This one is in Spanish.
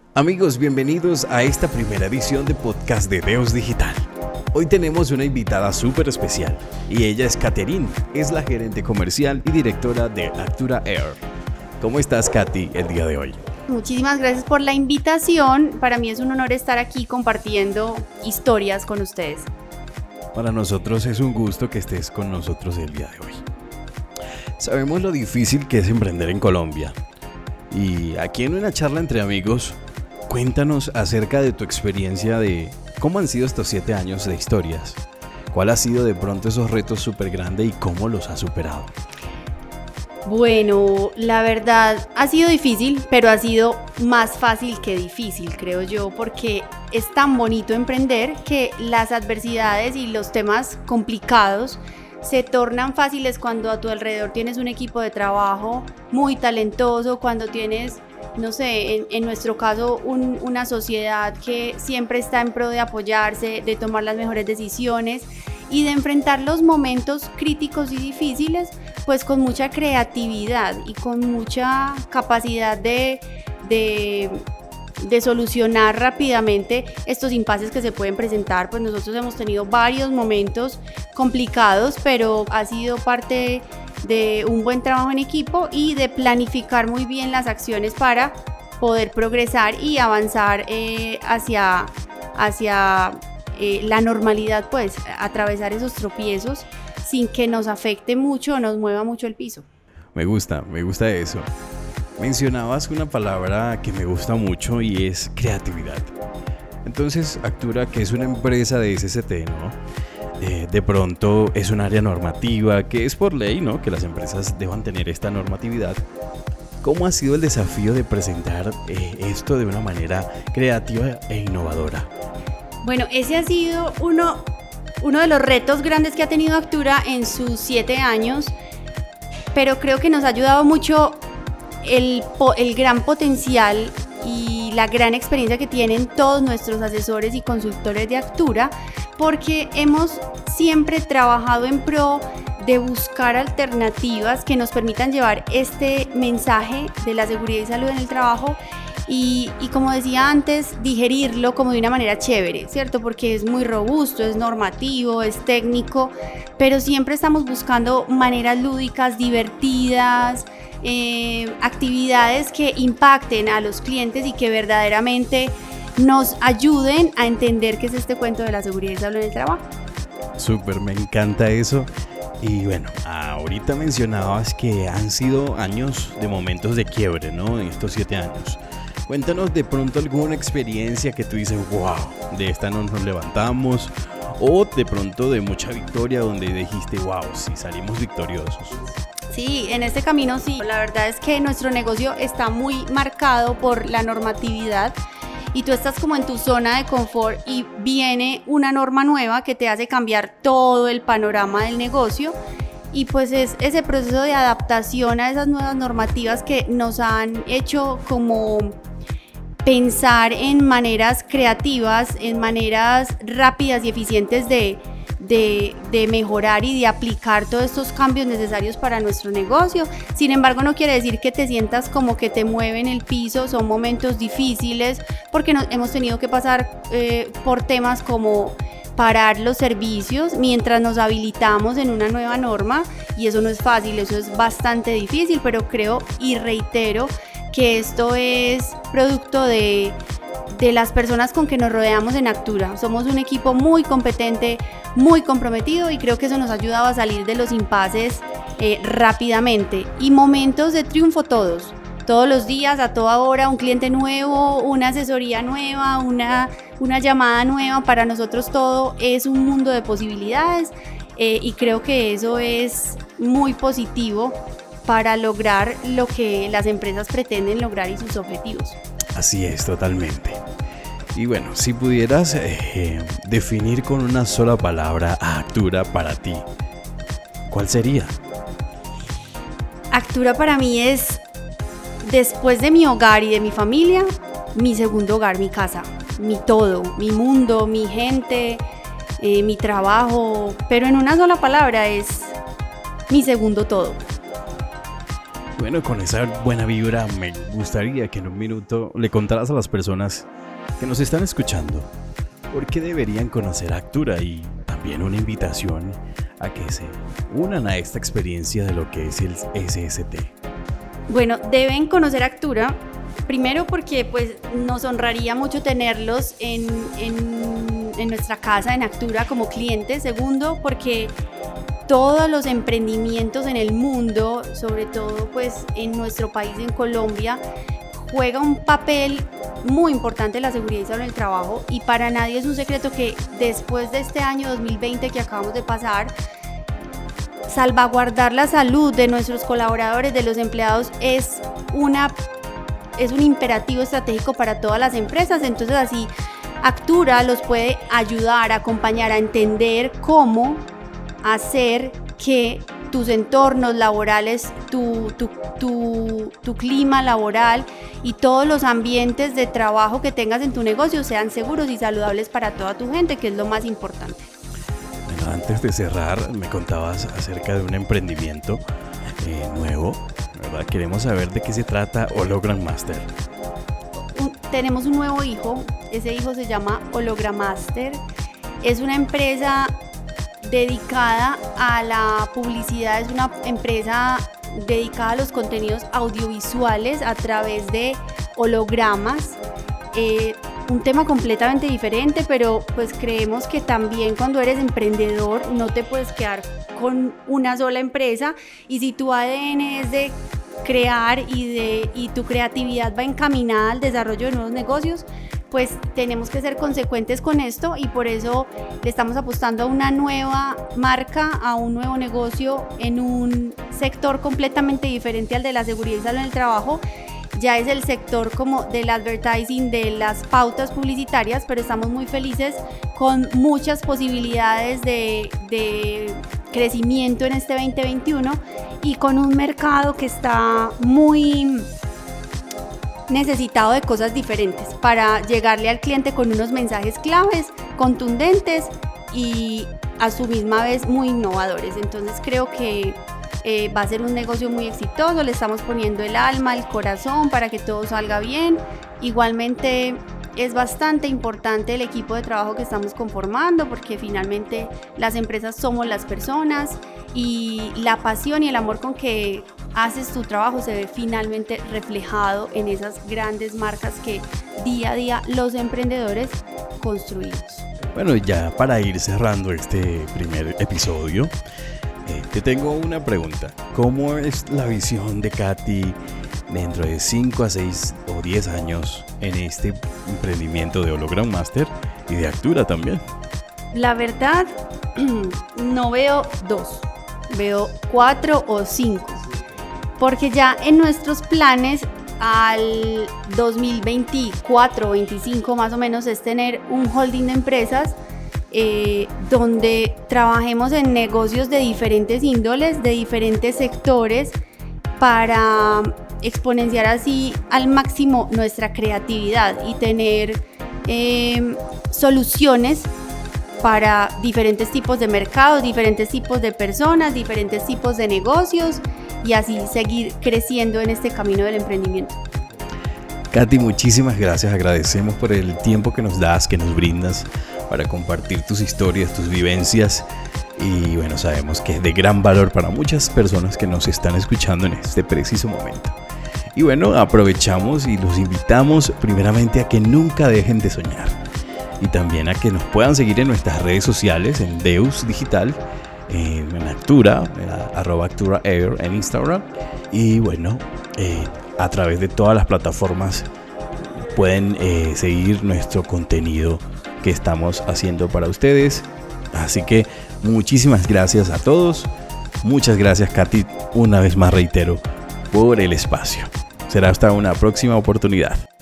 Amigos, bienvenidos a esta primera edición de Podcast de Deos Digital. Hoy tenemos una invitada súper especial y ella es Catherine, es la gerente comercial y directora de Actura Air. ¿Cómo estás, Katy, el día de hoy? Muchísimas gracias por la invitación. Para mí es un honor estar aquí compartiendo historias con ustedes. Para nosotros es un gusto que estés con nosotros el día de hoy. Sabemos lo difícil que es emprender en Colombia. Y aquí en una charla entre amigos, cuéntanos acerca de tu experiencia de cómo han sido estos 7 años de historias. ¿Cuál ha sido de pronto esos retos súper grandes y cómo los has superado? Bueno, la verdad ha sido difícil, pero ha sido más fácil que difícil, creo yo, porque es tan bonito emprender que las adversidades y los temas complicados se tornan fáciles cuando a tu alrededor tienes un equipo de trabajo muy talentoso, cuando tienes, no sé, en nuestro caso una sociedad que siempre está en pro de apoyarse, de tomar las mejores decisiones y de enfrentar los momentos críticos y difíciles pues con mucha creatividad y con mucha capacidad de solucionar rápidamente estos impases que se pueden presentar. Pues nosotros hemos tenido varios momentos complicados, pero ha sido parte de un buen trabajo en equipo y de planificar muy bien las acciones para poder progresar y avanzar hacia la normalidad, pues atravesar esos tropiezos sin que nos afecte mucho o nos mueva mucho el piso. Me gusta eso. Mencionabas una palabra que me gusta mucho y es creatividad. Entonces, Actura, que es una empresa de SST, ¿no? De pronto es un área normativa, que es por ley, ¿no? Que las empresas deban tener esta normatividad. ¿Cómo ha sido el desafío de presentar esto de una manera creativa e innovadora? Bueno, ese ha sido uno de los retos grandes que ha tenido Actura en sus 7 años, pero creo que nos ha ayudado mucho el gran potencial y la gran experiencia que tienen todos nuestros asesores y consultores de Actura, porque hemos siempre trabajado en pro de buscar alternativas que nos permitan llevar este mensaje de la seguridad y salud en el trabajo y como decía antes, digerirlo como de una manera chévere, ¿cierto? Porque es muy robusto, es normativo, es técnico, pero siempre estamos buscando maneras lúdicas, divertidas, actividades que impacten a los clientes y que verdaderamente nos ayuden a entender qué es este cuento de la seguridad y salud en el trabajo. Súper, me encanta eso. Y bueno, ahorita mencionabas que han sido años de momentos de quiebre, ¿no? En estos 7 años. Cuéntanos de pronto alguna experiencia que tú dices, wow, de esta no nos levantamos, o de pronto de mucha victoria donde dijiste, wow, sí, salimos victoriosos. Sí, en este camino sí. La verdad es que nuestro negocio está muy marcado por la normatividad y tú estás como en tu zona de confort y viene una norma nueva que te hace cambiar todo el panorama del negocio y pues es ese proceso de adaptación a esas nuevas normativas que nos han hecho como pensar en maneras creativas, en maneras rápidas y eficientes de mejorar y de aplicar todos estos cambios necesarios para nuestro negocio. Sin embargo, no quiere decir que te sientas como que te mueven el piso, son momentos difíciles porque hemos tenido que pasar por temas como parar los servicios mientras nos habilitamos en una nueva norma y eso no es fácil, eso es bastante difícil, pero creo y reitero que esto es producto de las personas con que nos rodeamos en Actura. Somos un equipo muy competente, muy comprometido y creo que eso nos ha ayudado a salir de los impases rápidamente. Y momentos de triunfo todos los días, a toda hora, un cliente nuevo, una asesoría nueva, una llamada nueva. Para nosotros todo es un mundo de posibilidades y creo que eso es muy positivo para lograr lo que las empresas pretenden lograr y sus objetivos. Así es, totalmente. Y bueno, si pudieras definir con una sola palabra a Actura para ti, ¿cuál sería? Actura para mí es, después de mi hogar y de mi familia, mi segundo hogar, mi casa, mi todo, mi mundo, mi gente, mi trabajo, pero en una sola palabra es mi segundo todo. Bueno, con esa buena vibra me gustaría que en un minuto le contaras a las personas que nos están escuchando por qué deberían conocer Actura, y también una invitación a que se unan a esta experiencia de lo que es el SST. Bueno, deben conocer Actura, primero porque pues nos honraría mucho tenerlos en nuestra casa en Actura como clientes. Segundo, porque todos los emprendimientos en el mundo, sobre todo pues en nuestro país, en Colombia, juega un papel muy importante en la seguridad y salud en el trabajo, y para nadie es un secreto que después de este año 2020 que acabamos de pasar, salvaguardar la salud de nuestros colaboradores, de los empleados, es un imperativo estratégico para todas las empresas. Entonces así Actura los puede ayudar, acompañar a entender cómo hacer que tus entornos laborales, tu clima laboral y todos los ambientes de trabajo que tengas en tu negocio sean seguros y saludables para toda tu gente, que es lo más importante. Bueno, antes de cerrar, me contabas acerca de un emprendimiento nuevo, ¿verdad? Queremos saber de qué se trata Hologram Master. Tenemos un nuevo hijo, ese hijo se llama Hologram Master. Es una empresa dedicada a la publicidad, es una empresa dedicada a los contenidos audiovisuales a través de hologramas. Un tema completamente diferente, pero pues creemos que también cuando eres emprendedor no te puedes quedar con una sola empresa, y si tu ADN es de crear y tu creatividad va encaminada al desarrollo de nuevos negocios, pues tenemos que ser consecuentes con esto, y por eso le estamos apostando a una nueva marca, a un nuevo negocio en un sector completamente diferente al de la seguridad y salud en el trabajo. Ya es el sector como del advertising, de las pautas publicitarias, pero estamos muy felices con muchas posibilidades de crecimiento en este 2021 y con un mercado que está muy necesitado de cosas diferentes para llegarle al cliente con unos mensajes claves, contundentes y a su misma vez muy innovadores. Entonces creo que va a ser un negocio muy exitoso, le estamos poniendo el alma, el corazón para que todo salga bien. Igualmente es bastante importante el equipo de trabajo que estamos conformando, porque finalmente las empresas somos las personas, y la pasión y el amor con que haces tu trabajo se ve finalmente reflejado en esas grandes marcas que día a día los emprendedores construimos. Bueno, ya para ir cerrando este primer episodio, te tengo una pregunta. ¿Cómo es la visión de Katy dentro de 5 a 6 o 10 años en este emprendimiento de Hologram Master y de Actura también? La verdad, no veo 2, veo 4 o 5, porque ya en nuestros planes al 2024 o 25 más o menos es tener un holding de empresas donde trabajemos en negocios de diferentes índoles, de diferentes sectores, para exponenciar así al máximo nuestra creatividad y tener soluciones para diferentes tipos de mercados, diferentes tipos de personas, diferentes tipos de negocios, y así seguir creciendo en este camino del emprendimiento. Katy, muchísimas gracias, agradecemos por el tiempo que nos das, que nos brindas para compartir tus historias, tus vivencias, y bueno, sabemos que es de gran valor para muchas personas que nos están escuchando en este preciso momento. Y bueno, aprovechamos y los invitamos primeramente a que nunca dejen de soñar, y también a que nos puedan seguir en nuestras redes sociales, en Deus Digital, en Actura, @ActuraAir en Instagram, y bueno, a través de todas las plataformas pueden seguir nuestro contenido que estamos haciendo para ustedes. Así que muchísimas gracias a todos. Muchas gracias, Katy, una vez más reitero, por el espacio. Será hasta una próxima oportunidad.